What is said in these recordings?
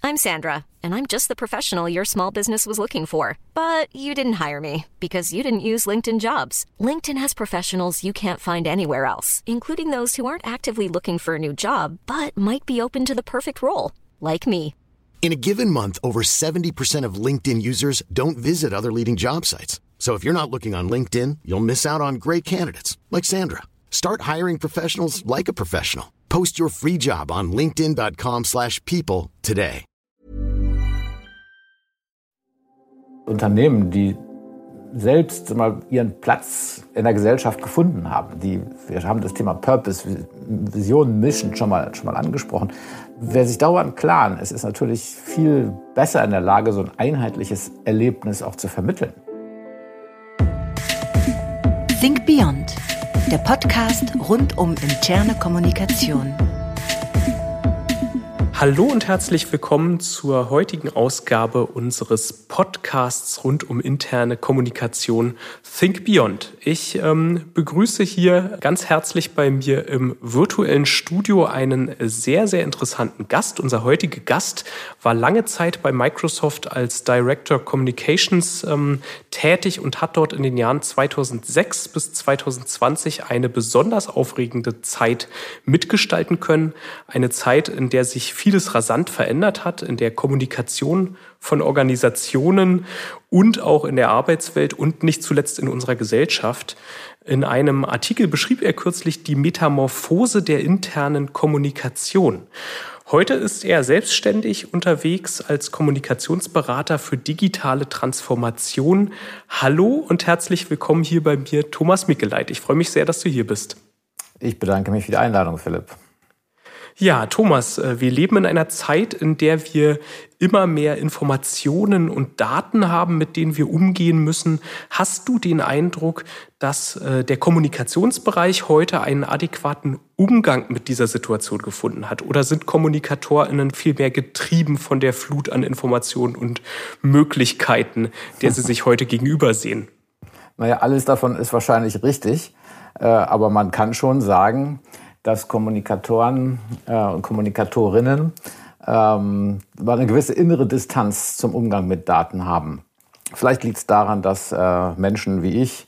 I'm Sandra, and I'm just the professional your small business was looking for. But you didn't hire me because you didn't use LinkedIn Jobs. LinkedIn has professionals you can't find anywhere else, including those who aren't actively looking for a new job, but might be open to the perfect role, like me. In a given month, over 70% of LinkedIn users don't visit other leading job sites. So if you're not looking on LinkedIn, you'll miss out on great candidates like Sandra. Start hiring professionals like a professional. Post your free job on linkedin.com/people today. Unternehmen, die selbst mal ihren Platz in der Gesellschaft gefunden haben. Wir haben das Thema Purpose, Vision, Mission schon mal angesprochen. Wer sich darüber im Klaren ist, ist natürlich viel besser in der Lage, so ein einheitliches Erlebnis auch zu vermitteln. Think Beyond, der Podcast rund um interne Kommunikation. Hallo und herzlich willkommen zur heutigen Ausgabe unseres Podcasts rund um interne Kommunikation Think Beyond. Ich begrüße hier ganz herzlich bei mir im virtuellen Studio einen sehr, sehr interessanten Gast. Unser heutiger Gast war lange Zeit bei Microsoft als Director Communications tätig und hat dort in den Jahren 2006 bis 2020 eine besonders aufregende Zeit mitgestalten können. Eine Zeit, in der sich vieles rasant verändert hat, in der Kommunikation von Organisationen und auch in der Arbeitswelt und nicht zuletzt in unserer Gesellschaft. In einem Artikel beschrieb er kürzlich die Metamorphose der internen Kommunikation. Heute ist er selbstständig unterwegs als Kommunikationsberater für digitale Transformation. Hallo und herzlich willkommen hier bei mir, Thomas Mickeleit. Ich freue mich sehr, dass du hier bist. Ich bedanke mich für die Einladung, Philipp. Ja, Thomas, wir leben in einer Zeit, in der wir immer mehr Informationen und Daten haben, mit denen wir umgehen müssen. Hast du den Eindruck, dass der Kommunikationsbereich heute einen adäquaten Umgang mit dieser Situation gefunden hat? Oder sind KommunikatorInnen vielmehr getrieben von der Flut an Informationen und Möglichkeiten, der sie sich heute gegenübersehen? Naja, alles davon ist wahrscheinlich richtig. Aber man kann schon sagen, dass Kommunikatoren und Kommunikatorinnen eine gewisse innere Distanz zum Umgang mit Daten haben. Vielleicht liegt es daran, dass Menschen wie ich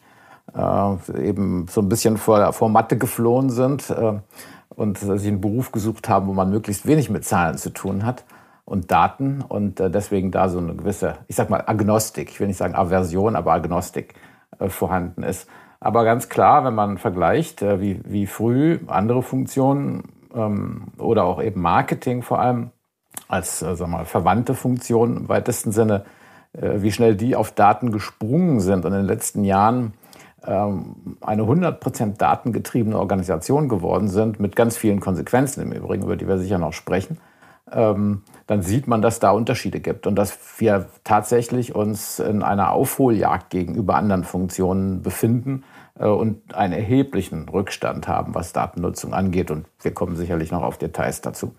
eben so ein bisschen vor Mathe geflohen sind und sich einen Beruf gesucht haben, wo man möglichst wenig mit Zahlen zu tun hat und Daten und deswegen da so eine gewisse, ich sag mal Agnostik, ich will nicht sagen Aversion, aber Agnostik vorhanden ist. Aber ganz klar, wenn man vergleicht, wie früh andere Funktionen oder auch eben Marketing vor allem als verwandte Funktion im weitesten Sinne, wie schnell die auf Daten gesprungen sind und in den letzten Jahren eine 100% datengetriebene Organisation geworden sind, mit ganz vielen Konsequenzen im Übrigen, über die wir sicher noch sprechen, dann sieht man, dass da Unterschiede gibt und dass wir tatsächlich uns in einer Aufholjagd gegenüber anderen Funktionen befinden und einen erheblichen Rückstand haben, was Datennutzung angeht. Und wir kommen sicherlich noch auf Details dazu.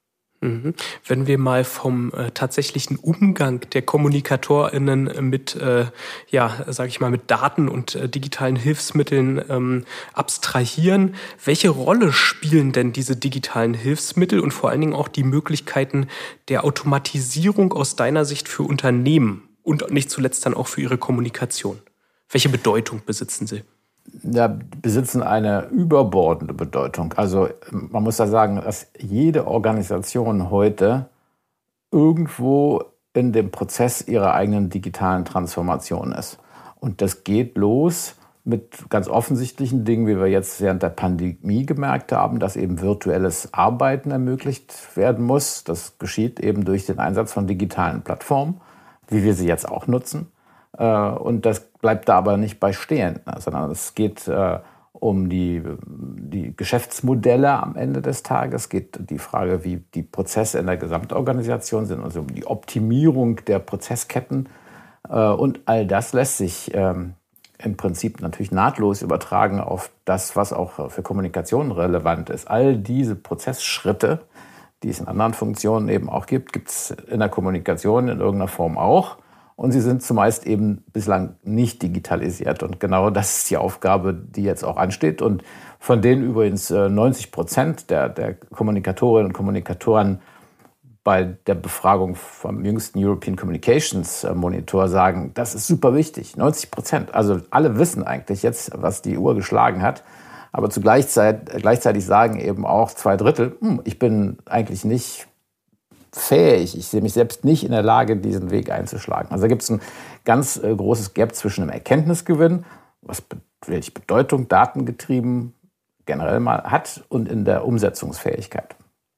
Wenn wir mal vom tatsächlichen Umgang der KommunikatorInnen mit, mit Daten und digitalen Hilfsmitteln abstrahieren, welche Rolle spielen denn diese digitalen Hilfsmittel und vor allen Dingen auch die Möglichkeiten der Automatisierung aus deiner Sicht für Unternehmen und nicht zuletzt dann auch für ihre Kommunikation? Welche Bedeutung besitzen sie? Ja, besitzen eine überbordende Bedeutung. Also man muss da sagen, dass jede Organisation heute irgendwo in dem Prozess ihrer eigenen digitalen Transformation ist. Und das geht los mit ganz offensichtlichen Dingen, wie wir jetzt während der Pandemie gemerkt haben, dass eben virtuelles Arbeiten ermöglicht werden muss. Das geschieht eben durch den Einsatz von digitalen Plattformen, wie wir sie jetzt auch nutzen. Und das bleibt da aber nicht bei stehen, sondern es geht um die Geschäftsmodelle am Ende des Tages. Es geht um die Frage, wie die Prozesse in der Gesamtorganisation sind, also um die Optimierung der Prozessketten. Und all das lässt sich im Prinzip natürlich nahtlos übertragen auf das, was auch für Kommunikation relevant ist. All diese Prozessschritte, die es in anderen Funktionen eben auch gibt, gibt es in der Kommunikation in irgendeiner Form auch. Und sie sind zumeist eben bislang nicht digitalisiert. Und genau das ist die Aufgabe, die jetzt auch ansteht. Und von denen übrigens 90% der Kommunikatorinnen und Kommunikatoren bei der Befragung vom jüngsten European Communications Monitor sagen, das ist super wichtig, 90%. Also alle wissen eigentlich jetzt, was die Uhr geschlagen hat. Aber gleichzeitig sagen eben auch 2/3, ich bin eigentlich nicht fähig, ich sehe mich selbst nicht in der Lage, diesen Weg einzuschlagen. Also da gibt es ein ganz großes Gap zwischen dem Erkenntnisgewinn, welche Bedeutung datengetrieben generell mal hat, und in der Umsetzungsfähigkeit.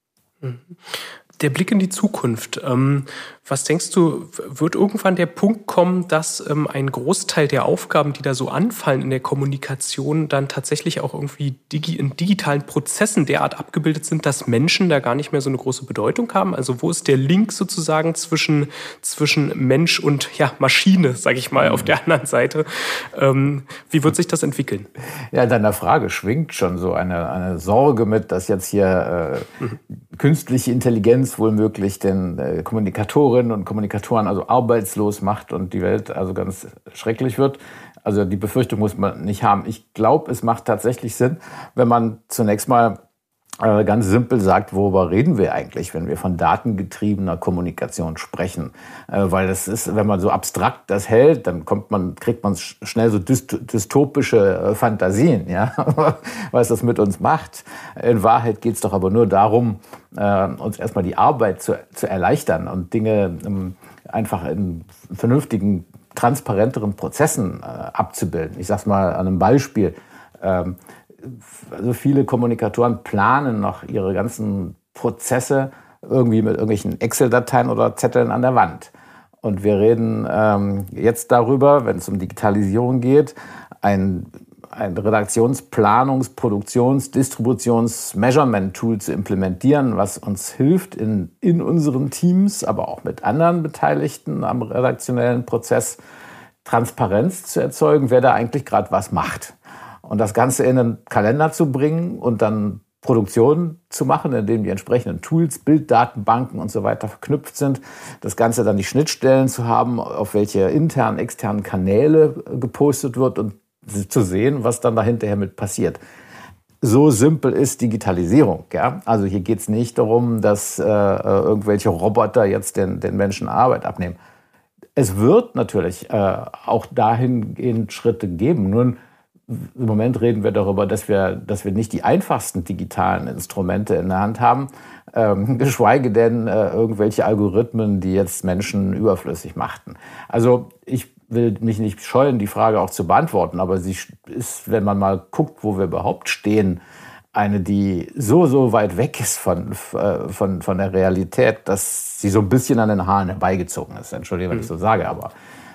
Der Blick in die Zukunft. Was denkst du, wird irgendwann der Punkt kommen, dass ein Großteil der Aufgaben, die da so anfallen in der Kommunikation, dann tatsächlich auch irgendwie in digitalen Prozessen derart abgebildet sind, dass Menschen da gar nicht mehr so eine große Bedeutung haben? Also wo ist der Link sozusagen zwischen Mensch und Maschine, sage ich mal, auf der anderen Seite? Wie wird sich das entwickeln? Ja, in deiner Frage schwingt schon so eine Sorge mit, dass jetzt hier künstliche Intelligenz wohl möglich den Kommunikatorinnen und Kommunikatoren also arbeitslos macht und die Welt also ganz schrecklich wird. Also die Befürchtung muss man nicht haben. Ich glaube, es macht tatsächlich Sinn, wenn man zunächst mal ganz simpel sagt, worüber reden wir eigentlich, wenn wir von datengetriebener Kommunikation sprechen. Weil das ist, wenn man so abstrakt das hält, dann kriegt man schnell so dystopische Fantasien, ja, was das mit uns macht. In Wahrheit geht es doch aber nur darum, uns erstmal die Arbeit zu erleichtern und Dinge einfach in vernünftigen, transparenteren Prozessen abzubilden. Ich sag's mal an einem Beispiel. Also viele Kommunikatoren planen noch ihre ganzen Prozesse irgendwie mit irgendwelchen Excel-Dateien oder Zetteln an der Wand. Und wir reden jetzt darüber, wenn es um Digitalisierung geht, ein Redaktionsplanungs-, Produktions-, Distributions-, Measurement-Tool zu implementieren, was uns hilft, in unseren Teams, aber auch mit anderen Beteiligten am redaktionellen Prozess Transparenz zu erzeugen, wer da eigentlich gerade was macht. Und das Ganze in einen Kalender zu bringen und dann Produktion zu machen, in dem die entsprechenden Tools, Bilddatenbanken und so weiter verknüpft sind. Das Ganze dann die Schnittstellen zu haben, auf welche internen, externen Kanäle gepostet wird und zu sehen, was dann da hinterher mit passiert. So simpel ist Digitalisierung. Ja? Also hier geht es nicht darum, dass irgendwelche Roboter jetzt den Menschen Arbeit abnehmen. Es wird natürlich auch dahingehend Schritte geben. Nun, im Moment reden wir darüber, dass wir nicht die einfachsten digitalen Instrumente in der Hand haben, geschweige denn irgendwelche Algorithmen, die jetzt Menschen überflüssig machten. Also ich will mich nicht scheuen, die Frage auch zu beantworten, aber sie ist, wenn man mal guckt, wo wir überhaupt stehen, eine, die so weit weg ist von der Realität, dass sie so ein bisschen an den Haaren herbeigezogen ist. Entschuldige, wenn ich so sage, aber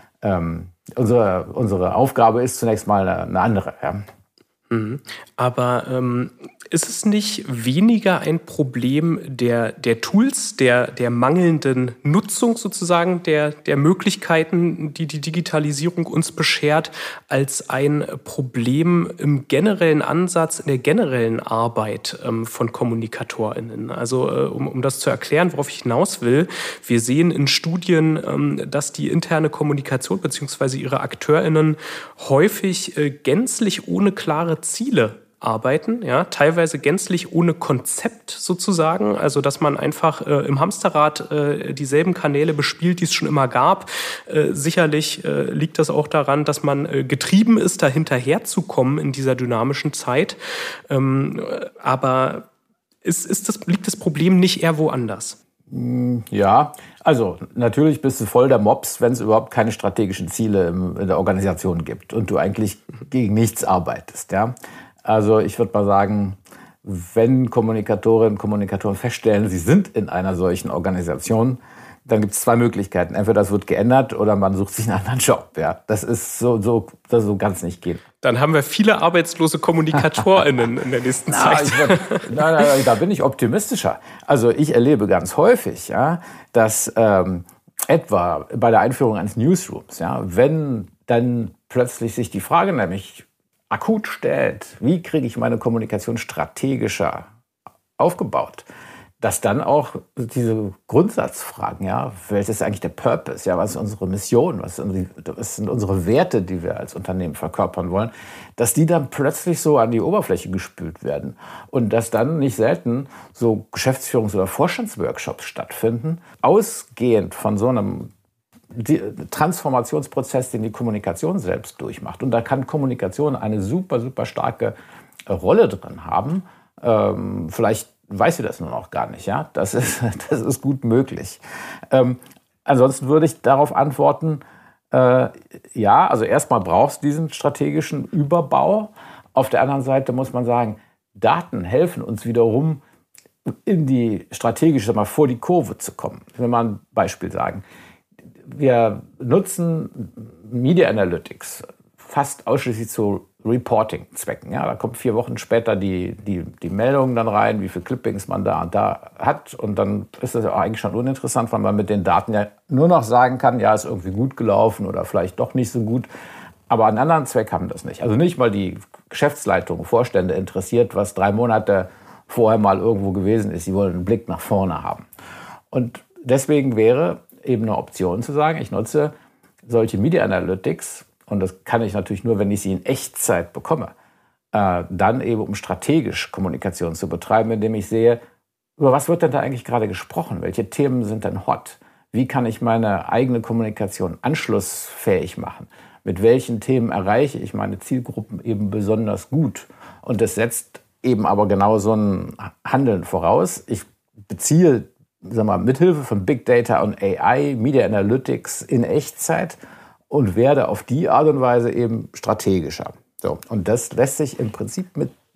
unsere Aufgabe ist zunächst mal eine andere. Ja. Aber ist es nicht weniger ein Problem der Tools, der mangelnden Nutzung sozusagen der Möglichkeiten, die die Digitalisierung uns beschert, als ein Problem im generellen Ansatz, in der generellen Arbeit von KommunikatorInnen? Also um das zu erklären, worauf ich hinaus will, wir sehen in Studien, dass die interne Kommunikation bzw. ihre AkteurInnen häufig gänzlich ohne klare Ziele arbeiten, ja, teilweise gänzlich ohne Konzept sozusagen, also dass man einfach im Hamsterrad dieselben Kanäle bespielt, die es schon immer gab. Sicherlich liegt das auch daran, dass man getrieben ist, da hinterherzukommen in dieser dynamischen Zeit. Aber liegt das Problem nicht eher woanders? Ja, also natürlich bist du voll der Mops, wenn es überhaupt keine strategischen Ziele in der Organisation gibt und du eigentlich gegen nichts arbeitest, ja. Also ich würde mal sagen, wenn Kommunikatorinnen und Kommunikatoren feststellen, sie sind in einer solchen Organisation, dann gibt es zwei Möglichkeiten. Entweder das wird geändert oder man sucht sich einen anderen Job. Ja, das ist so ganz nicht gehen. Dann haben wir viele arbeitslose KommunikatorInnen in der nächsten Zeit. Nein, da bin ich optimistischer. Also ich erlebe ganz häufig, ja, dass etwa bei der Einführung eines Newsrooms, ja, wenn dann plötzlich sich die Frage nämlich akut stellt, wie kriege ich meine Kommunikation strategischer aufgebaut, dass dann auch diese Grundsatzfragen, ja, welches ist eigentlich der Purpose, ja, was ist unsere Mission, was sind unsere Werte, die wir als Unternehmen verkörpern wollen, dass die dann plötzlich so an die Oberfläche gespült werden und dass dann nicht selten so Geschäftsführungs- oder Vorstandsworkshops stattfinden, ausgehend von so einem Transformationsprozess, den die Kommunikation selbst durchmacht. Und da kann Kommunikation eine super, super starke Rolle drin haben. Vielleicht weiß sie das nur noch gar nicht. Ja? Das ist gut möglich. Ansonsten würde ich darauf antworten, ja, also erstmal brauchst du diesen strategischen Überbau. Auf der anderen Seite muss man sagen, Daten helfen uns wiederum, in die strategische, vor die Kurve zu kommen. Ich will mal ein Beispiel sagen. Wir nutzen Media Analytics fast ausschließlich zu Reporting-Zwecken. Ja, da kommt 4 Wochen später die Meldung dann rein, wie viele Clippings man da und da hat. Und dann ist das ja eigentlich schon uninteressant, weil man mit den Daten ja nur noch sagen kann, ja, ist irgendwie gut gelaufen oder vielleicht doch nicht so gut. Aber einen anderen Zweck haben das nicht. Also nicht mal die Geschäftsleitung, Vorstände interessiert, was 3 Monate vorher mal irgendwo gewesen ist. Sie wollen einen Blick nach vorne haben. Und deswegen wäre eben eine Option zu sagen, ich nutze solche Media Analytics, und das kann ich natürlich nur, wenn ich sie in Echtzeit bekomme, dann eben um strategisch Kommunikation zu betreiben, indem ich sehe, über was wird denn da eigentlich gerade gesprochen? Welche Themen sind denn hot? Wie kann ich meine eigene Kommunikation anschlussfähig machen? Mit welchen Themen erreiche ich meine Zielgruppen eben besonders gut? Und das setzt eben aber genau so ein Handeln voraus. Ich beziehe, mithilfe von Big Data und AI, Media Analytics in Echtzeit und werde auf die Art und Weise eben strategischer. So, und das lässt sich im Prinzip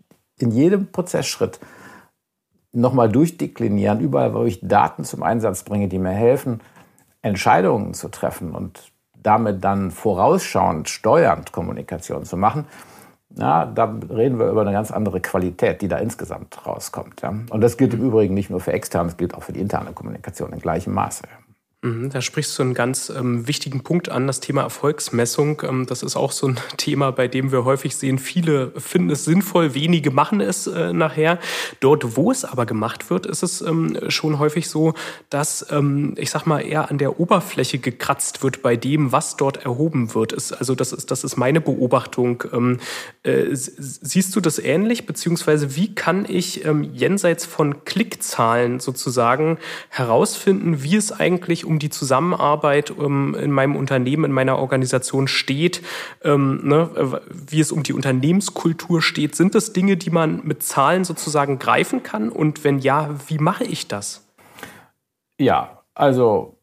in jedem Prozessschritt nochmal durchdeklinieren, überall, wo ich Daten zum Einsatz bringe, die mir helfen, Entscheidungen zu treffen und damit dann vorausschauend, steuernd Kommunikation zu machen. Na, da reden wir über eine ganz andere Qualität, die da insgesamt rauskommt. Ja. Und das gilt im Übrigen nicht nur für externe, es gilt auch für die interne Kommunikation in gleichem Maße. Da sprichst du einen ganz wichtigen Punkt an, das Thema Erfolgsmessung. Das ist auch so ein Thema, bei dem wir häufig sehen, viele finden es sinnvoll, wenige machen es nachher. Dort, wo es aber gemacht wird, ist es schon häufig so, dass, eher an der Oberfläche gekratzt wird bei dem, was dort erhoben wird. Das ist meine Beobachtung. Siehst du das ähnlich? Beziehungsweise wie kann ich jenseits von Klickzahlen sozusagen herausfinden, wie es eigentlich um die Zusammenarbeit in meinem Unternehmen, in meiner Organisation steht, wie es um die Unternehmenskultur steht? Sind das Dinge, die man mit Zahlen sozusagen greifen kann? Und wenn ja, wie mache ich das? Ja, also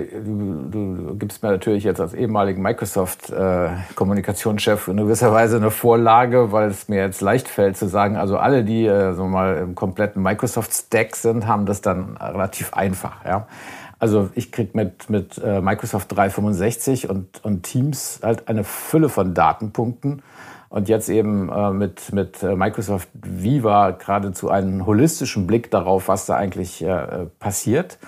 du gibst mir natürlich jetzt als ehemaligen Microsoft-Kommunikationschef in gewisser Weise eine Vorlage, weil es mir jetzt leicht fällt zu sagen, also alle, die im kompletten Microsoft-Stack sind, haben das dann relativ einfach, ja. Also ich kriege mit Microsoft 365 und Teams halt eine Fülle von Datenpunkten und jetzt eben mit Microsoft Viva geradezu einen holistischen Blick darauf, was da eigentlich passiert,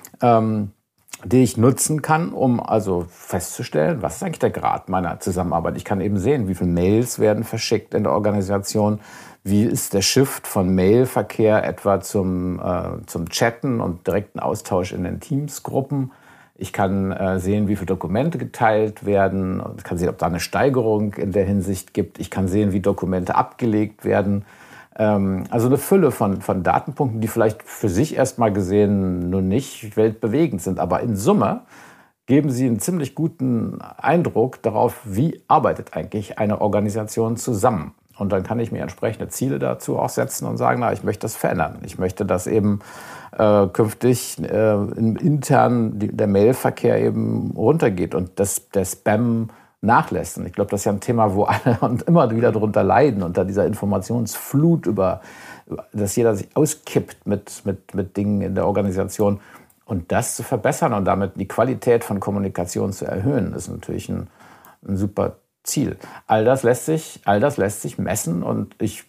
die ich nutzen kann, um also festzustellen, was ist eigentlich der Grad meiner Zusammenarbeit. Ich kann eben sehen, wie viele Mails werden verschickt in der Organisation, wie ist der Shift von Mailverkehr etwa zum Chatten und direkten Austausch in den Teamsgruppen. Ich kann sehen, wie viele Dokumente geteilt werden. Ich kann sehen, ob da eine Steigerung in der Hinsicht gibt. Ich kann sehen, wie Dokumente abgelegt werden. Also eine Fülle von Datenpunkten, die vielleicht für sich erstmal gesehen nur nicht weltbewegend sind. Aber in Summe geben sie einen ziemlich guten Eindruck darauf, wie arbeitet eigentlich eine Organisation zusammen. Und dann kann ich mir entsprechende Ziele dazu auch setzen und sagen, ich möchte das verändern. Ich möchte, dass eben künftig intern der Mailverkehr eben runtergeht und der Spam nachlässt. Und ich glaube, das ist ja ein Thema, wo alle und immer wieder darunter leiden, unter dieser Informationsflut, dass jeder sich auskippt mit Dingen in der Organisation. Und das zu verbessern und damit die Qualität von Kommunikation zu erhöhen, ist natürlich ein super Ziel. All das lässt sich messen und ich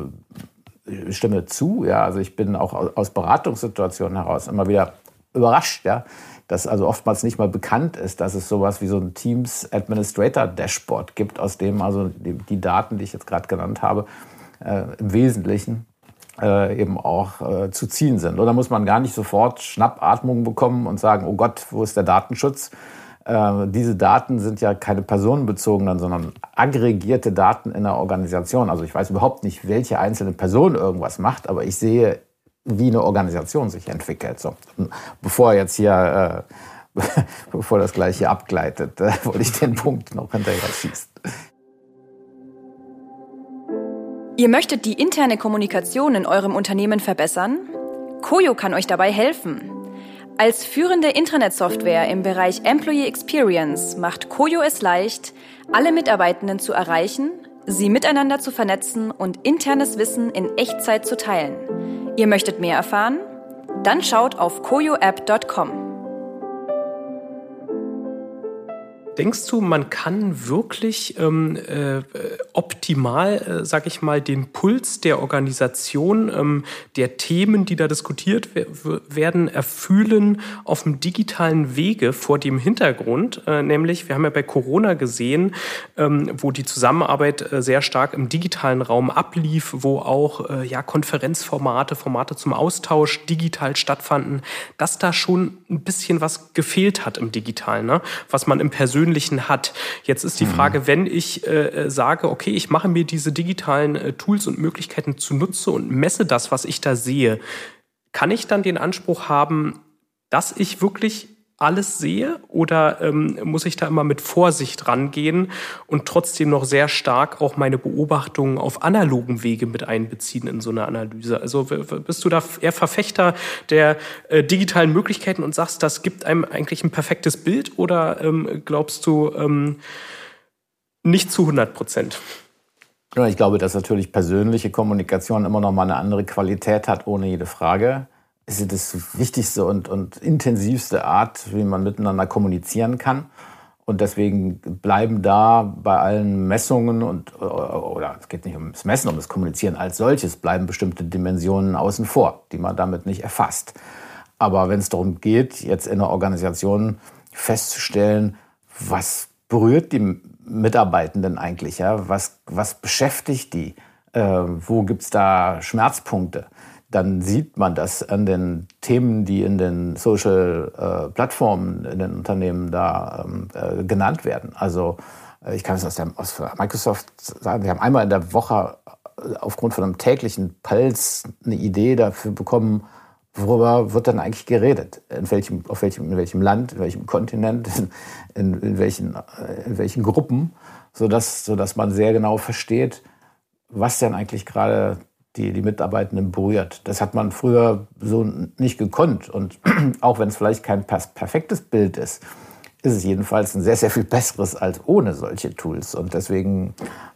stimme zu. Ja, also ich bin auch aus Beratungssituationen heraus immer wieder überrascht, ja, dass also oftmals nicht mal bekannt ist, dass es sowas wie so ein Teams Administrator Dashboard gibt, aus dem also die Daten, die ich jetzt gerade genannt habe, im Wesentlichen eben auch zu ziehen sind. Oder muss man gar nicht sofort Schnappatmung bekommen und sagen, oh Gott, wo ist der Datenschutz? Diese Daten sind ja keine personenbezogenen, sondern aggregierte Daten in der Organisation. Also ich weiß überhaupt nicht, welche einzelne Person irgendwas macht, aber ich sehe, wie eine Organisation sich entwickelt. So, bevor jetzt hier, bevor das gleich hier abgleitet, wollte ich den Punkt noch hinterher schießen. Ihr möchtet die interne Kommunikation in eurem Unternehmen verbessern? Koyo kann euch dabei helfen. Als führende Intranet-Software im Bereich Employee Experience macht Koyo es leicht, alle Mitarbeitenden zu erreichen, sie miteinander zu vernetzen und internes Wissen in Echtzeit zu teilen. Ihr möchtet mehr erfahren? Dann schaut auf koyoapp.com. Denkst du, man kann wirklich optimal, sag ich mal, den Puls der Organisation, der Themen, die da diskutiert werden, erfüllen auf dem digitalen Wege vor dem Hintergrund? Nämlich, wir haben ja bei Corona gesehen, wo die Zusammenarbeit sehr stark im digitalen Raum ablief, wo auch Konferenzformate, Formate zum Austausch digital stattfanden, dass da schon ein bisschen was gefehlt hat im Digitalen, ne? Was man im Persönlichen hat. Jetzt ist die Frage, wenn ich sage, okay, ich mache mir diese digitalen Tools und Möglichkeiten zunutze und messe das, was ich da sehe, kann ich dann den Anspruch haben, dass ich wirklich alles sehe oder muss ich da immer mit Vorsicht rangehen und trotzdem noch sehr stark auch meine Beobachtungen auf analogen Wege mit einbeziehen in so eine Analyse? Also bist du da eher Verfechter der digitalen Möglichkeiten und sagst, das gibt einem eigentlich ein perfektes Bild oder glaubst du nicht zu 100%? Ja, ich glaube, dass natürlich persönliche Kommunikation immer noch mal eine andere Qualität hat, ohne jede Frage. Es ist das wichtigste und intensivste Art, wie man miteinander kommunizieren kann. Und deswegen bleiben da bei allen Messungen oder es geht nicht um das Messen, um das Kommunizieren als solches, bleiben bestimmte Dimensionen außen vor, die man damit nicht erfasst. Aber wenn es darum geht, jetzt in einer Organisation festzustellen, was berührt die Mitarbeitenden eigentlich, ja? Was beschäftigt die? Wo gibt es da Schmerzpunkte? Dann sieht man das an den Themen, die in den Social-Plattformen in den Unternehmen da genannt werden. Also ich kann es aus Microsoft sagen, wir haben einmal in der Woche aufgrund von einem täglichen Puls eine Idee dafür bekommen, worüber wird dann eigentlich geredet? In welchem Land, in welchem Kontinent, in welchen Gruppen, sodass man sehr genau versteht, was denn eigentlich gerade die Mitarbeitenden berührt. Das hat man früher so nicht gekonnt. Und auch wenn es vielleicht kein perfektes Bild ist es jedenfalls ein sehr, sehr viel besseres als ohne solche Tools. Und deswegen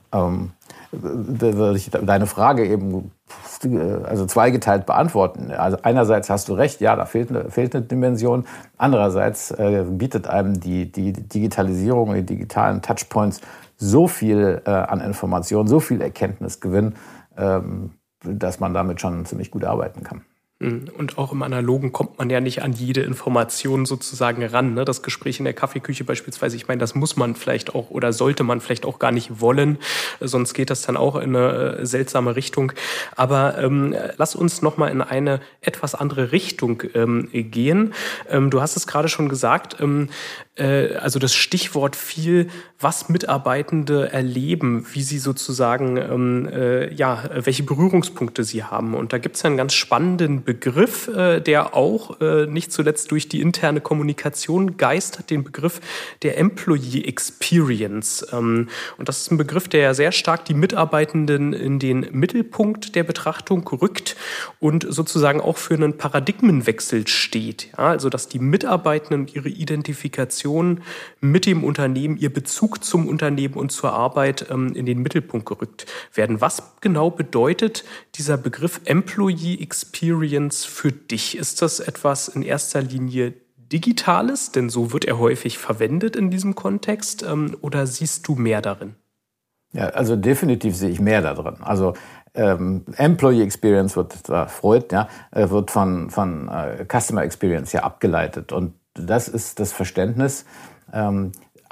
würde ich deine Frage eben zweigeteilt beantworten. Also einerseits hast du recht, ja, da fehlt eine Dimension. Andererseits bietet einem die Digitalisierung und die digitalen Touchpoints so viel an Informationen, so viel Erkenntnisgewinn, dass man damit schon ziemlich gut arbeiten kann. Und auch im Analogen kommt man ja nicht an jede Information sozusagen ran. Ne? Das Gespräch in der Kaffeeküche beispielsweise, ich meine, das muss man vielleicht auch oder sollte man vielleicht auch gar nicht wollen, sonst geht das dann auch in eine seltsame Richtung. Aber lass uns nochmal in eine etwas andere Richtung gehen. Du hast es gerade schon gesagt, also das Stichwort fiel, was Mitarbeitende erleben, wie sie sozusagen, welche Berührungspunkte sie haben. Und da gibt es ja einen ganz spannenden Begriff, der auch nicht zuletzt durch die interne Kommunikation geistert, den Begriff der Employee Experience. Und das ist ein Begriff, der ja sehr stark die Mitarbeitenden in den Mittelpunkt der Betrachtung rückt und sozusagen auch für einen Paradigmenwechsel steht. Ja, also dass die Mitarbeitenden ihre Identifikation mit dem Unternehmen, ihr Bezug zum Unternehmen und zur Arbeit in den Mittelpunkt gerückt werden. Was genau bedeutet dieser Begriff Employee Experience für dich? Ist das etwas in erster Linie Digitales, denn so wird er häufig verwendet in diesem Kontext, oder siehst du mehr darin? Ja, also definitiv sehe ich mehr da drin. Also Employee Experience wird von Customer Experience ja abgeleitet und das ist das Verständnis.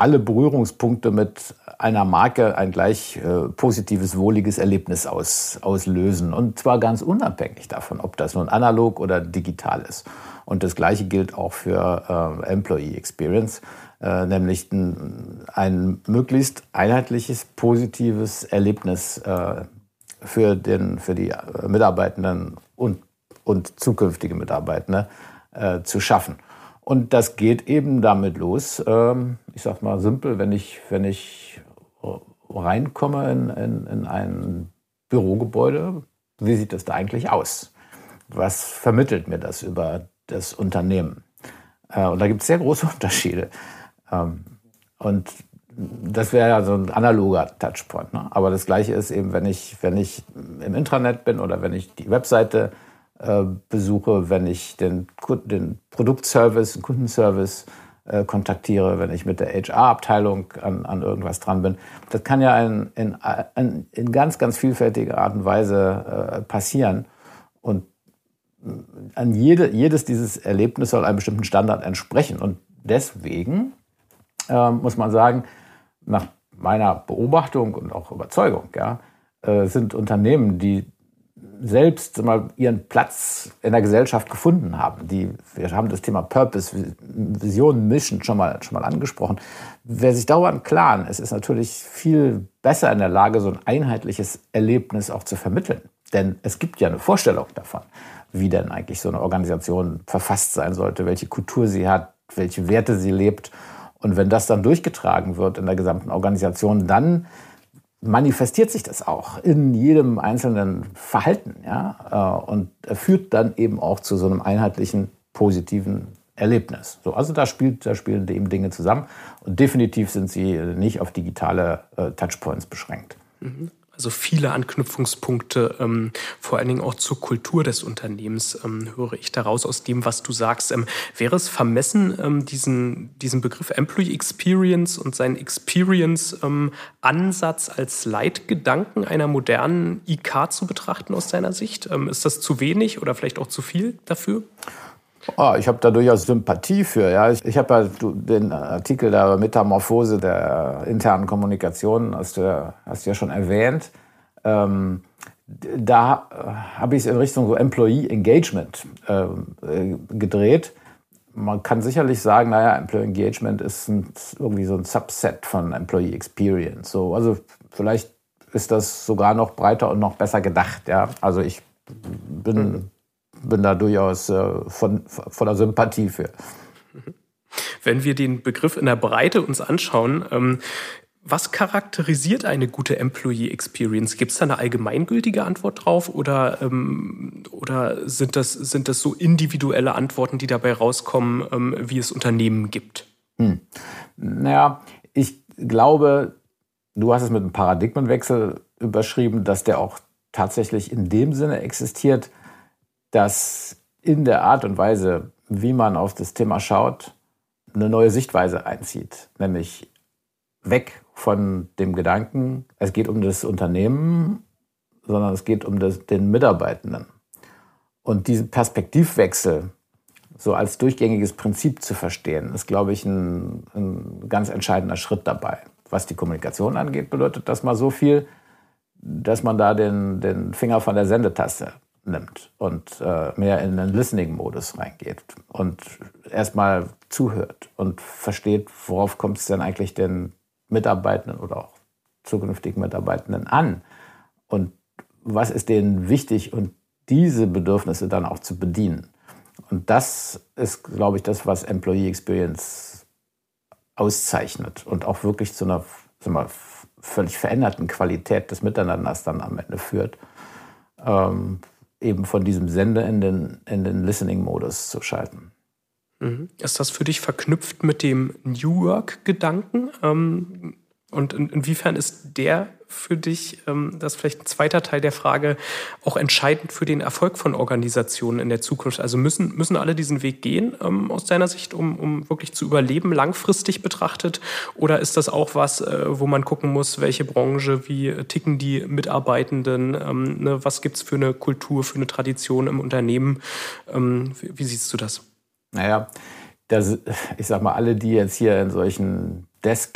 alle Berührungspunkte mit einer Marke ein gleich positives, wohliges Erlebnis auslösen. Und zwar ganz unabhängig davon, ob das nun analog oder digital ist. Und das Gleiche gilt auch für Employee Experience, nämlich ein möglichst einheitliches, positives Erlebnis für die Mitarbeitenden und zukünftige Mitarbeitende zu schaffen. Und das geht eben damit los, ich sag mal simpel, wenn ich reinkomme in ein Bürogebäude, wie sieht das da eigentlich aus? Was vermittelt mir das über das Unternehmen? Und da gibt es sehr große Unterschiede. Und das wäre ja so ein analoger Touchpoint. Ne? Aber das Gleiche ist eben, wenn ich im Intranet bin oder wenn ich die Webseite besuche, wenn ich den Produktservice, den Kundenservice kontaktiere, wenn ich mit der HR-Abteilung an irgendwas dran bin. Das kann ja in ganz, ganz vielfältiger Art und Weise passieren. Und jedes dieses Erlebnis soll einem bestimmten Standard entsprechen. Und deswegen muss man sagen, nach meiner Beobachtung und auch Überzeugung, sind Unternehmen, die selbst mal ihren Platz in der Gesellschaft gefunden haben. Wir haben das Thema Purpose, Vision, Mission schon mal angesprochen. Wer sich darüber im Klaren ist, ist natürlich viel besser in der Lage, so ein einheitliches Erlebnis auch zu vermitteln. Denn es gibt ja eine Vorstellung davon, wie denn eigentlich so eine Organisation verfasst sein sollte, welche Kultur sie hat, welche Werte sie lebt. Und wenn das dann durchgetragen wird in der gesamten Organisation, dann manifestiert sich das auch in jedem einzelnen Verhalten, und führt dann eben auch zu so einem einheitlichen, positiven Erlebnis. So, also da spielen eben Dinge zusammen und definitiv sind sie nicht auf digitale Touchpoints beschränkt. Also viele Anknüpfungspunkte, vor allen Dingen auch zur Kultur des Unternehmens, höre ich daraus aus dem, was du sagst. Wäre es vermessen, diesen Begriff Employee Experience und seinen Experience-Ansatz als Leitgedanken einer modernen IK zu betrachten aus deiner Sicht? Ist das zu wenig oder vielleicht auch zu viel dafür? Ich habe da durchaus Sympathie für. Ja. Ich habe ja den Artikel der Metamorphose der internen Kommunikation, hast du ja schon erwähnt. Da habe ich es in Richtung so Employee Engagement gedreht. Man kann sicherlich sagen, Employee Engagement ist irgendwie so ein Subset von Employee Experience. So, also vielleicht ist das sogar noch breiter und noch besser gedacht. Ja. Also ich bin da durchaus voller Sympathie für. Wenn wir den Begriff in der Breite uns anschauen, was charakterisiert eine gute Employee Experience? Gibt es da eine allgemeingültige Antwort drauf oder sind das so individuelle Antworten, die dabei rauskommen, wie es Unternehmen gibt? Ich glaube, du hast es mit einem Paradigmenwechsel überschrieben, dass der auch tatsächlich in dem Sinne existiert, dass in der Art und Weise, wie man auf das Thema schaut, eine neue Sichtweise einzieht. Nämlich weg von dem Gedanken, es geht um das Unternehmen, sondern es geht um den Mitarbeitenden. Und diesen Perspektivwechsel so als durchgängiges Prinzip zu verstehen, ist, glaube ich, ein ganz entscheidender Schritt dabei. Was die Kommunikation angeht, bedeutet das mal so viel, dass man da den Finger von der Sendetaste nimmt und mehr in den Listening-Modus reingeht und erstmal zuhört und versteht, worauf kommt es denn eigentlich den Mitarbeitenden oder auch zukünftigen Mitarbeitenden an und was ist denen wichtig und diese Bedürfnisse dann auch zu bedienen. Und das ist, glaube ich, das, was Employee Experience auszeichnet und auch wirklich zu einer völlig veränderten Qualität des Miteinanders dann am Ende führt. Eben von diesem Sender in den Listening-Modus zu schalten. Ist das für dich verknüpft mit dem New Work-Gedanken? Und inwiefern ist der für dich, das ist vielleicht ein zweiter Teil der Frage, auch entscheidend für den Erfolg von Organisationen in der Zukunft? Also müssen alle diesen Weg gehen, aus deiner Sicht, um wirklich zu überleben, langfristig betrachtet? Oder ist das auch was, wo man gucken muss, welche Branche, wie ticken die Mitarbeitenden, was gibt es für eine Kultur, für eine Tradition im Unternehmen? Wie siehst du das? ich sag mal, alle, die jetzt hier in solchen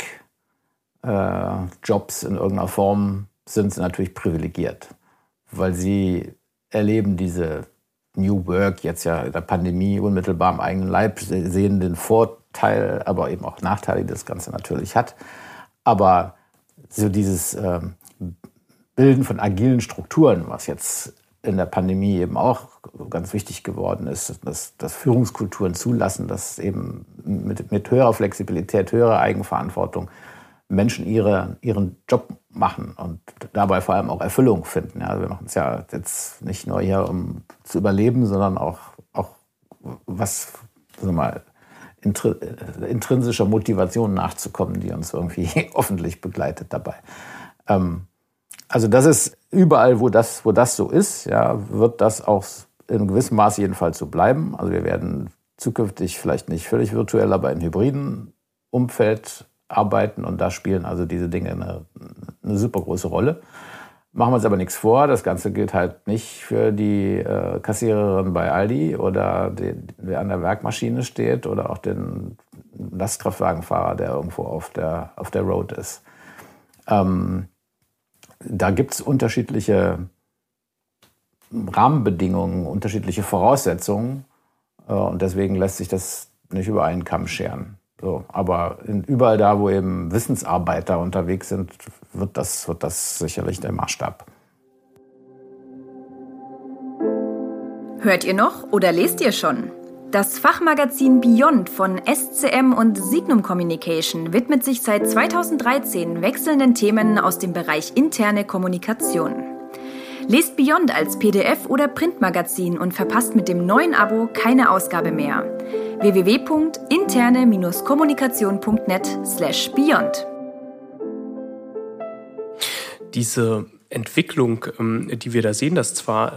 Desk-Jobs in irgendeiner Form sind natürlich privilegiert, weil sie erleben diese New Work jetzt ja in der Pandemie unmittelbar am eigenen Leib, sehen den Vorteil, aber eben auch Nachteile, die das Ganze natürlich hat. Aber so dieses Bilden von agilen Strukturen, was jetzt in der Pandemie eben auch ganz wichtig geworden ist, dass Führungskulturen zulassen, dass eben mit höherer Flexibilität, höherer Eigenverantwortung Menschen ihren Job machen und dabei vor allem auch Erfüllung finden. Ja, wir machen es ja jetzt nicht nur hier, um zu überleben, sondern auch was, sagen wir mal, intrinsischer Motivation nachzukommen, die uns irgendwie hoffentlich begleitet dabei. Also das ist überall, wo das so ist, ja, wird das auch in gewissem Maße jedenfalls so bleiben. Also wir werden zukünftig vielleicht nicht völlig virtuell, aber in hybriden Umfeld arbeiten und da spielen also diese Dinge eine super große Rolle. Machen wir uns aber nichts vor, das Ganze gilt halt nicht für die Kassiererin bei Aldi oder wer an der Werkmaschine steht oder auch den Lastkraftwagenfahrer, der irgendwo auf der Road ist. Da gibt es unterschiedliche Rahmenbedingungen, unterschiedliche Voraussetzungen und deswegen lässt sich das nicht über einen Kamm scheren. So, aber überall da, wo eben Wissensarbeiter unterwegs sind, wird das sicherlich der Maßstab. Hört ihr noch oder lest ihr schon? Das Fachmagazin Beyond von SCM und Signum Communication widmet sich seit 2013 wechselnden Themen aus dem Bereich interne Kommunikation. Lest Beyond als PDF oder Printmagazin und verpasst mit dem neuen Abo keine Ausgabe mehr. www.interne-kommunikation.net/beyond. Diese Entwicklung, die wir da sehen, dass zwar,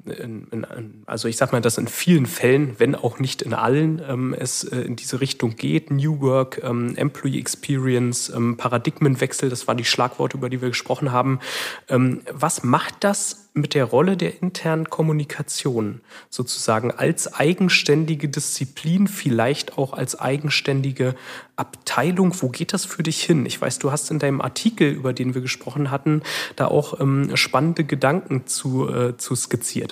also ich sag mal, dass in vielen Fällen, wenn auch nicht in allen, es in diese Richtung geht, New Work, Employee Experience, Paradigmenwechsel, das waren die Schlagworte, über die wir gesprochen haben. Was macht das mit der Rolle der internen Kommunikation sozusagen als eigenständige Disziplin, vielleicht auch als eigenständige Abteilung? Wo geht das für dich hin? Ich weiß, du hast in deinem Artikel, über den wir gesprochen hatten, da auch spannende Gedanken zu skizziert.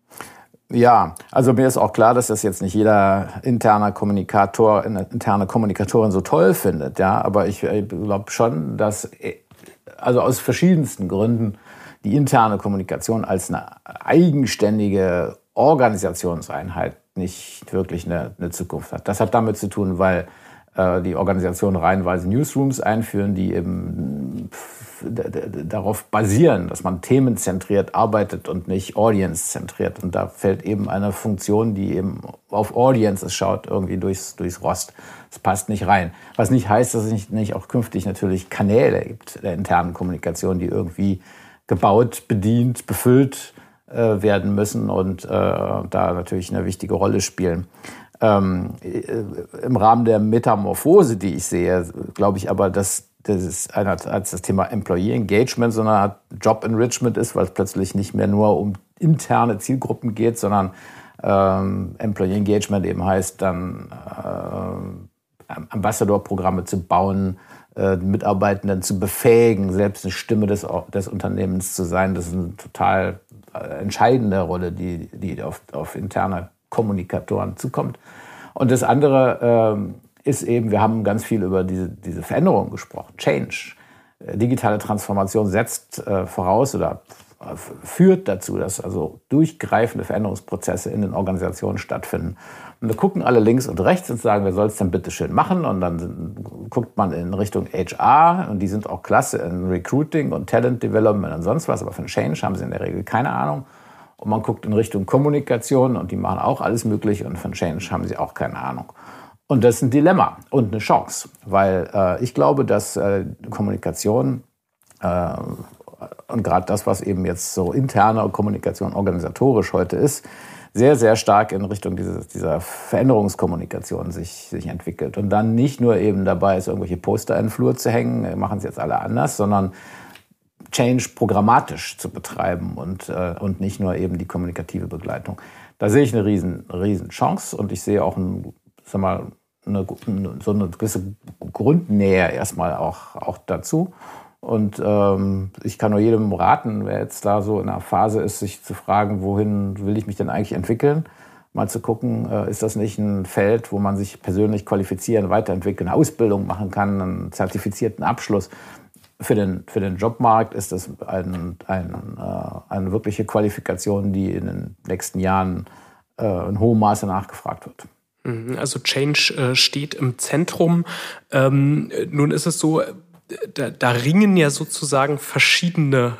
Ja, also mir ist auch klar, dass das jetzt nicht jeder interne Kommunikatorin so toll findet. Ja, aber ich glaube schon, dass also aus verschiedensten Gründen die interne Kommunikation als eine eigenständige Organisationseinheit nicht wirklich eine Zukunft hat. Das hat damit zu tun, weil die Organisationen reihenweise Newsrooms einführen, die eben darauf basieren, dass man themenzentriert arbeitet und nicht audience-zentriert. Und da fällt eben eine Funktion, die eben auf Audiences schaut, irgendwie durchs Rost. Das passt nicht rein. Was nicht heißt, dass es nicht auch künftig natürlich Kanäle gibt der internen Kommunikation, die irgendwie gebaut, bedient, befüllt werden müssen und da natürlich eine wichtige Rolle spielen. Im Rahmen der Metamorphose, die ich sehe, glaube ich aber, dass das als das Thema Employee Engagement so eine Art Job Enrichment ist, weil es plötzlich nicht mehr nur um interne Zielgruppen geht, sondern Employee Engagement eben heißt dann Ambassador-Programme zu bauen, Mitarbeitenden zu befähigen, selbst eine Stimme des Unternehmens zu sein. Das ist eine total entscheidende Rolle, die auf interne Kommunikatoren zukommt. Und das andere ist eben, wir haben ganz viel über diese Veränderung gesprochen, Change. Digitale Transformation setzt voraus oder führt dazu, dass also durchgreifende Veränderungsprozesse in den Organisationen stattfinden. Und da gucken alle links und rechts und sagen, wer soll es denn bitte schön machen? Und dann guckt man in Richtung HR und die sind auch klasse in Recruiting und Talent Development und sonst was, aber von Change haben sie in der Regel keine Ahnung. Und man guckt in Richtung Kommunikation und die machen auch alles Mögliche und von Change haben sie auch keine Ahnung. Und das ist ein Dilemma und eine Chance, weil ich glaube, dass Kommunikation und gerade das, was eben jetzt so interne Kommunikation organisatorisch heute ist, sehr, sehr stark in Richtung dieser Veränderungskommunikation sich entwickelt. Und dann nicht nur eben dabei ist, irgendwelche Poster in den Flur zu hängen, machen es jetzt alle anders, sondern Change programmatisch zu betreiben und nicht nur eben die kommunikative Begleitung. Da sehe ich eine riesen Chance und ich sehe auch so eine gewisse Grundnähe erstmal auch dazu. Und ich kann nur jedem raten, wer jetzt da so in einer Phase ist, sich zu fragen, wohin will ich mich denn eigentlich entwickeln, mal zu gucken, ist das nicht ein Feld, wo man sich persönlich qualifizieren, weiterentwickeln, eine Ausbildung machen kann, einen zertifizierten Abschluss. Für den Jobmarkt ist das eine wirkliche Qualifikation, die in den nächsten Jahren in hohem Maße nachgefragt wird. Also Change steht im Zentrum. Nun ist es so, da ringen ja sozusagen verschiedene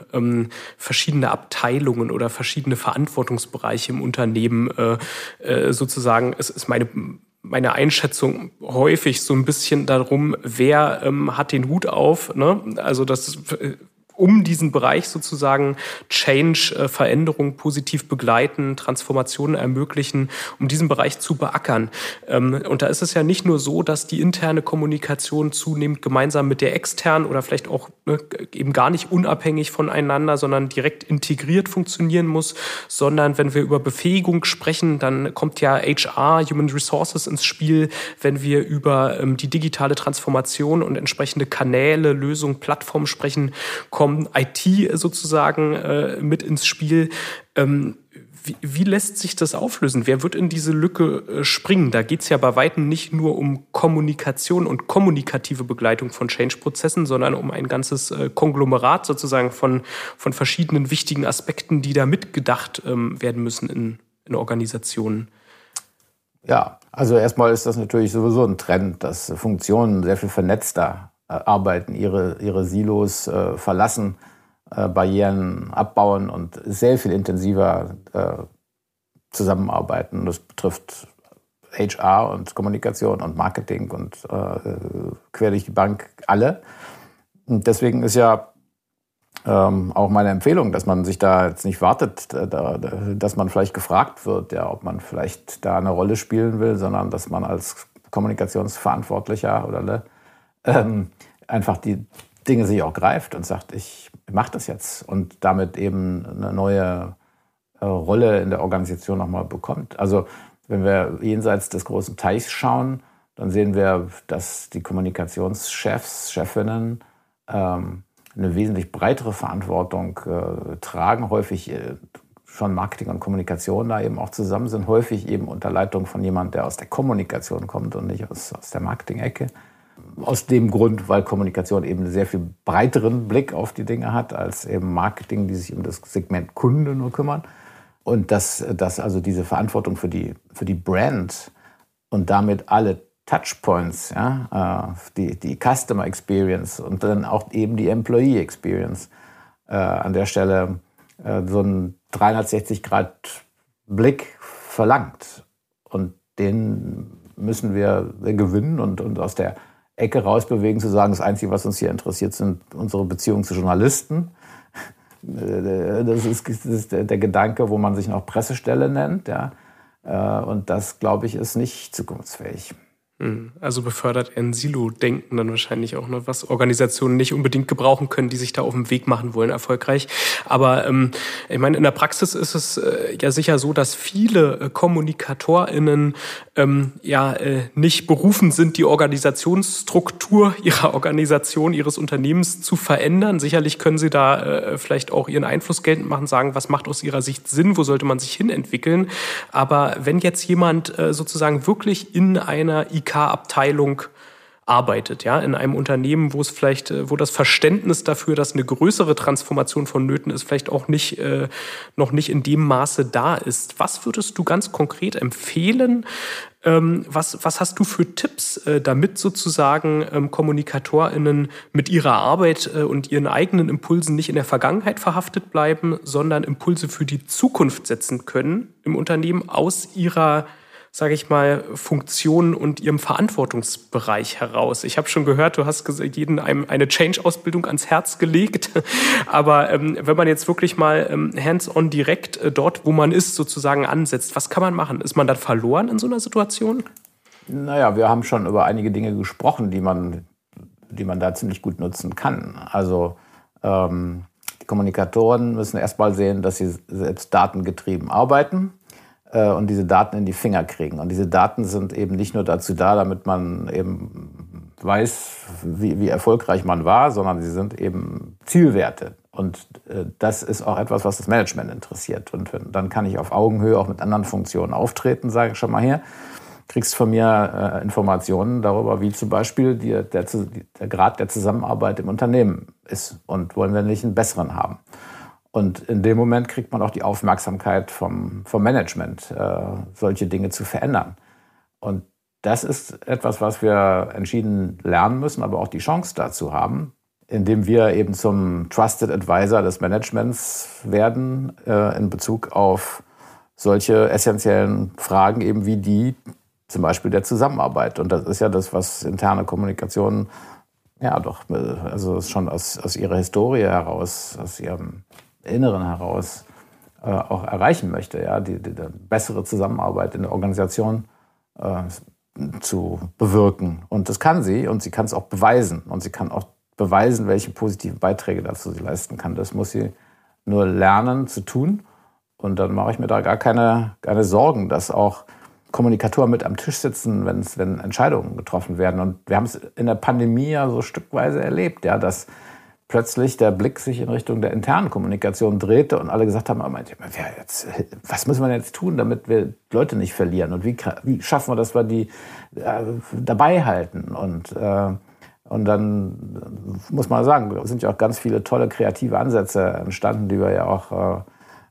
Abteilungen oder verschiedene Verantwortungsbereiche im Unternehmen sozusagen. Es ist meine Einschätzung häufig so ein bisschen darum, wer hat den Hut auf, ne? Also das um diesen Bereich sozusagen Change, Veränderung positiv begleiten, Transformationen ermöglichen, um diesen Bereich zu beackern. Und da ist es ja nicht nur so, dass die interne Kommunikation zunehmend gemeinsam mit der externen oder vielleicht auch eben gar nicht unabhängig voneinander, sondern direkt integriert funktionieren muss, sondern wenn wir über Befähigung sprechen, dann kommt ja HR, Human Resources ins Spiel. Wenn wir über die digitale Transformation und entsprechende Kanäle, Lösungen, Plattformen sprechen, kommt IT sozusagen mit ins Spiel. Wie lässt sich das auflösen? Wer wird in diese Lücke springen? Da geht es ja bei Weitem nicht nur um Kommunikation und kommunikative Begleitung von Change-Prozessen, sondern um ein ganzes Konglomerat sozusagen von verschiedenen wichtigen Aspekten, die da mitgedacht werden müssen in Organisationen. Ja, also erstmal ist das natürlich sowieso ein Trend, dass Funktionen sehr viel vernetzter arbeiten, ihre Silos verlassen, Barrieren abbauen und sehr viel intensiver zusammenarbeiten. Das betrifft HR und Kommunikation und Marketing und quer durch die Bank alle. Und deswegen ist ja auch meine Empfehlung, dass man sich da jetzt nicht wartet, dass man vielleicht gefragt wird, ja, ob man vielleicht da eine Rolle spielen will, sondern dass man als Kommunikationsverantwortlicher oder einfach die Dinge sich auch greift und sagt, ich mache das jetzt und damit eben eine neue Rolle in der Organisation nochmal bekommt. Also wenn wir jenseits des großen Teichs schauen, dann sehen wir, dass die Kommunikationschefs, Chefinnen eine wesentlich breitere Verantwortung tragen, häufig schon Marketing und Kommunikation da eben auch zusammen sind, häufig eben unter Leitung von jemand, der aus der Kommunikation kommt und nicht aus der Marketing-Ecke. Aus dem Grund, weil Kommunikation eben einen sehr viel breiteren Blick auf die Dinge hat, als eben Marketing, die sich um das Segment Kunde nur kümmern. Und dass also diese Verantwortung für die Brand und damit alle Touchpoints, ja, die Customer Experience und dann auch eben die Employee Experience an der Stelle so einen 360-Grad-Blick verlangt. Und den müssen wir gewinnen und aus der Ecke rausbewegen, zu sagen, das Einzige, was uns hier interessiert, sind unsere Beziehungen zu Journalisten. Das ist der Gedanke, wo man sich noch Pressestelle nennt. Ja. Und das, glaube ich, ist nicht zukunftsfähig. Also befördert ein Silo-Denken dann wahrscheinlich auch, ne, was Organisationen nicht unbedingt gebrauchen können, die sich da auf den Weg machen wollen, erfolgreich. Aber ich meine, in der Praxis ist es ja sicher so, dass viele KommunikatorInnen nicht berufen sind, die Organisationsstruktur ihrer Organisation, ihres Unternehmens zu verändern. Sicherlich können sie da vielleicht auch ihren Einfluss geltend machen, sagen, was macht aus ihrer Sicht Sinn, wo sollte man sich hin entwickeln. Aber wenn jetzt jemand sozusagen wirklich in einer IK-Abteilung arbeitet, ja, in einem Unternehmen, wo das Verständnis dafür, dass eine größere Transformation vonnöten ist, vielleicht auch noch nicht in dem Maße da ist. Was würdest du ganz konkret empfehlen? Was hast du für Tipps, damit sozusagen KommunikatorInnen mit ihrer Arbeit und ihren eigenen Impulsen nicht in der Vergangenheit verhaftet bleiben, sondern Impulse für die Zukunft setzen können im Unternehmen aus ihrer, sage ich mal, Funktion und ihrem Verantwortungsbereich heraus? Ich habe schon gehört, du hast jedem eine Change-Ausbildung ans Herz gelegt. Aber wenn man jetzt wirklich mal hands-on direkt dort, wo man ist, sozusagen ansetzt, was kann man machen? Ist man dann verloren in so einer Situation? Naja, wir haben schon über einige Dinge gesprochen, die man da ziemlich gut nutzen kann. Also die Kommunikatoren müssen erst mal sehen, dass sie selbst datengetrieben arbeiten. und diese Daten in die Finger kriegen. Und diese Daten sind eben nicht nur dazu da, damit man eben weiß, wie erfolgreich man war, sondern sie sind eben Zielwerte. Und das ist auch etwas, was das Management interessiert. Und dann kann ich auf Augenhöhe auch mit anderen Funktionen auftreten, sage ich schon mal her. Kriegst von mir Informationen darüber, wie zum Beispiel der Grad der Zusammenarbeit im Unternehmen ist. Und wollen wir nicht einen besseren haben. Und in dem Moment kriegt man auch die Aufmerksamkeit vom Management, solche Dinge zu verändern. Und das ist etwas, was wir entschieden lernen müssen, aber auch die Chance dazu haben, indem wir eben zum Trusted Advisor des Managements werden in Bezug auf solche essentiellen Fragen, eben wie die zum Beispiel der Zusammenarbeit. Und das ist ja das, was interne Kommunikation ja doch, also schon aus ihrer Historie heraus, aus ihrem Inneren heraus auch erreichen möchte, ja, die bessere Zusammenarbeit in der Organisation zu bewirken. Und das kann sie, und sie kann es auch beweisen. Und sie kann auch beweisen, welche positiven Beiträge dazu sie leisten kann. Das muss sie nur lernen zu tun. Und dann mache ich mir da gar keine Sorgen, dass auch Kommunikatoren mit am Tisch sitzen, wenn Entscheidungen getroffen werden. Und wir haben es in der Pandemie ja so stückweise erlebt, ja, dass plötzlich der Blick sich in Richtung der internen Kommunikation drehte und alle gesagt haben, was müssen wir jetzt tun, damit wir Leute nicht verlieren? Und wie schaffen wir, dass wir die dabei halten? Und dann muss man sagen, da sind ja auch ganz viele tolle kreative Ansätze entstanden, die wir ja auch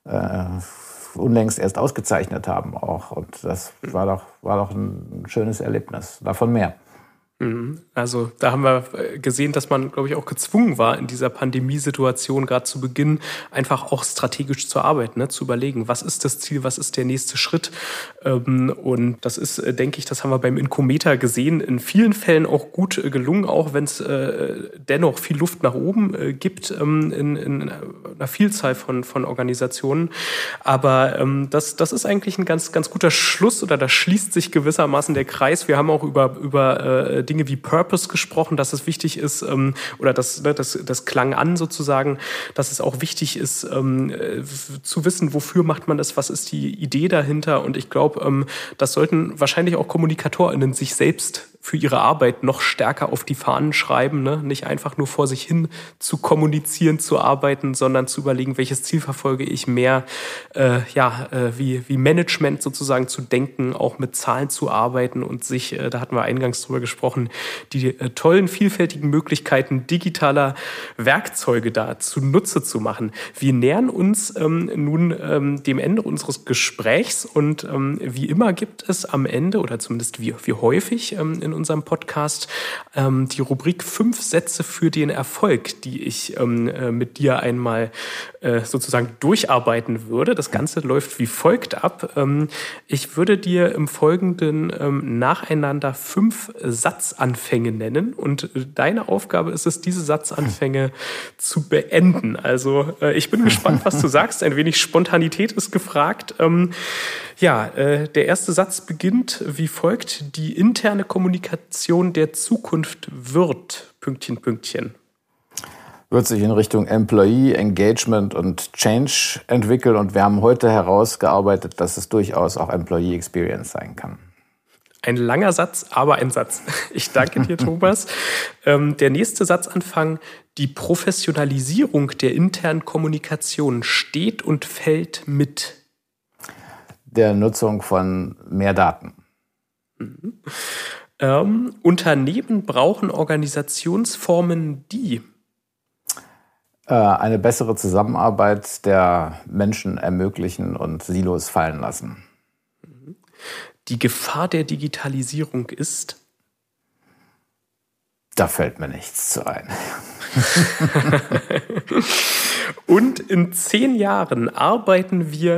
unlängst erst ausgezeichnet haben auch. Und das war doch ein schönes Erlebnis. Davon mehr. Also da haben wir gesehen, dass man, glaube ich, auch gezwungen war, in dieser Pandemiesituation gerade zu Beginn einfach auch strategisch zu arbeiten, ne? Zu überlegen, was ist das Ziel, was ist der nächste Schritt. Und das ist, denke ich, das haben wir beim Incometer gesehen, in vielen Fällen auch gut gelungen, auch wenn es dennoch viel Luft nach oben gibt in einer Vielzahl von Organisationen. Aber das ist eigentlich ein ganz, ganz guter Schluss, oder da schließt sich gewissermaßen der Kreis. Wir haben auch über Dinge wie Purpose gesprochen, dass es wichtig ist, oder das klang an sozusagen, dass es auch wichtig ist, zu wissen, wofür macht man das, was ist die Idee dahinter. Und ich glaube, das sollten wahrscheinlich auch KommunikatorInnen sich selbst für ihre Arbeit noch stärker auf die Fahnen schreiben, ne? Nicht einfach nur vor sich hin zu kommunizieren, zu arbeiten, sondern zu überlegen, welches Ziel verfolge ich mehr, wie Management sozusagen zu denken, auch mit Zahlen zu arbeiten und sich, da hatten wir eingangs drüber gesprochen, die tollen, vielfältigen Möglichkeiten digitaler Werkzeuge da zunutze zu machen. Wir nähern uns nun dem Ende unseres Gesprächs und wie immer gibt es am Ende, oder zumindest wie häufig in unserem Podcast, die Rubrik 5 Sätze für den Erfolg, die ich mit dir einmal sozusagen durcharbeiten würde. Das Ganze läuft wie folgt ab. Ich würde dir im Folgenden nacheinander 5 Satzanfänge nennen und deine Aufgabe ist es, diese Satzanfänge zu beenden. Also ich bin gespannt, was du sagst. Ein wenig Spontanität ist gefragt. Der erste Satz beginnt wie folgt: Die interne Kommunikation der Zukunft wird... ... wird sich in Richtung Employee Engagement und Change entwickeln. Und wir haben heute herausgearbeitet, dass es durchaus auch Employee Experience sein kann. Ein langer Satz, aber ein Satz. Ich danke dir, Thomas. Der nächste Satzanfang: Die Professionalisierung der internen Kommunikation steht und fällt mit der Nutzung von mehr Daten. Unternehmen brauchen Organisationsformen, die eine bessere Zusammenarbeit der Menschen ermöglichen und Silos fallen lassen. Die Gefahr der Digitalisierung ist? Da fällt mir nichts zu ein. Und in 10 Jahren arbeiten wir... ...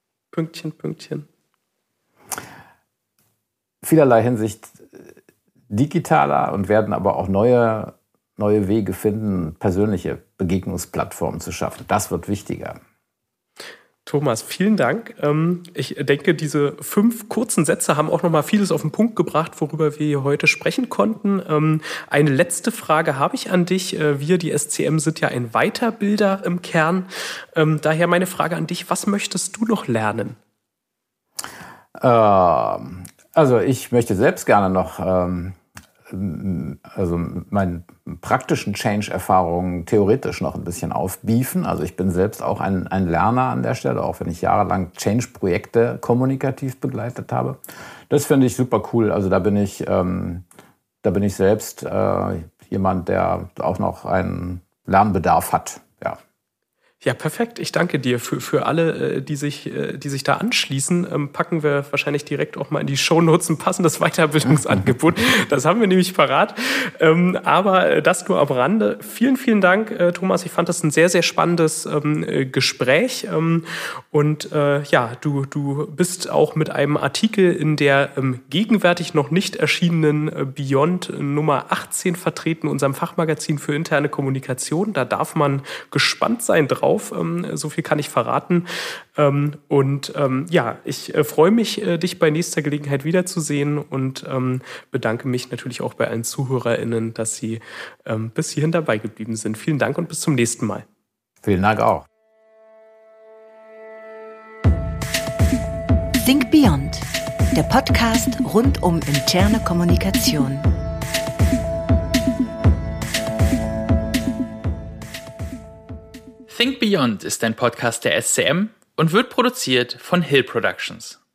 Vielerlei Hinsicht digitaler und werden aber auch neue Wege finden, persönliche Begegnungsplattformen zu schaffen. Das wird wichtiger. Thomas, vielen Dank. Ich denke, diese 5 kurzen Sätze haben auch noch mal vieles auf den Punkt gebracht, worüber wir hier heute sprechen konnten. Eine letzte Frage habe ich an dich. Wir, die SCM, sind ja ein Weiterbilder im Kern. Daher meine Frage an dich: Was möchtest du noch lernen? Also ich möchte selbst gerne noch meine praktischen Change-Erfahrungen theoretisch noch ein bisschen aufbiefen. Also ich bin selbst auch ein Lerner an der Stelle, auch wenn ich jahrelang Change-Projekte kommunikativ begleitet habe. Das finde ich super cool. Also da bin ich selbst jemand, der auch noch einen Lernbedarf hat. Ja. Ja, perfekt. Ich danke dir. Für alle, die sich da anschließen, packen wir wahrscheinlich direkt auch mal in die Shownotes ein passendes Weiterbildungsangebot. Das haben wir nämlich parat. Aber das nur am Rande. Vielen, vielen Dank, Thomas. Ich fand das ein sehr, sehr spannendes Gespräch. Und du bist auch mit einem Artikel in der gegenwärtig noch nicht erschienenen Beyond Nummer 18 vertreten, unserem Fachmagazin für interne Kommunikation. Da darf man gespannt sein drauf. So viel kann ich verraten. Ich freue mich, dich bei nächster Gelegenheit wiederzusehen und bedanke mich natürlich auch bei allen ZuhörerInnen, dass sie bis hierhin dabei geblieben sind. Vielen Dank und bis zum nächsten Mal. Vielen Dank auch. Think Beyond, der Podcast rund um interne Kommunikation. Think Beyond ist ein Podcast der SCM und wird produziert von Hill Productions.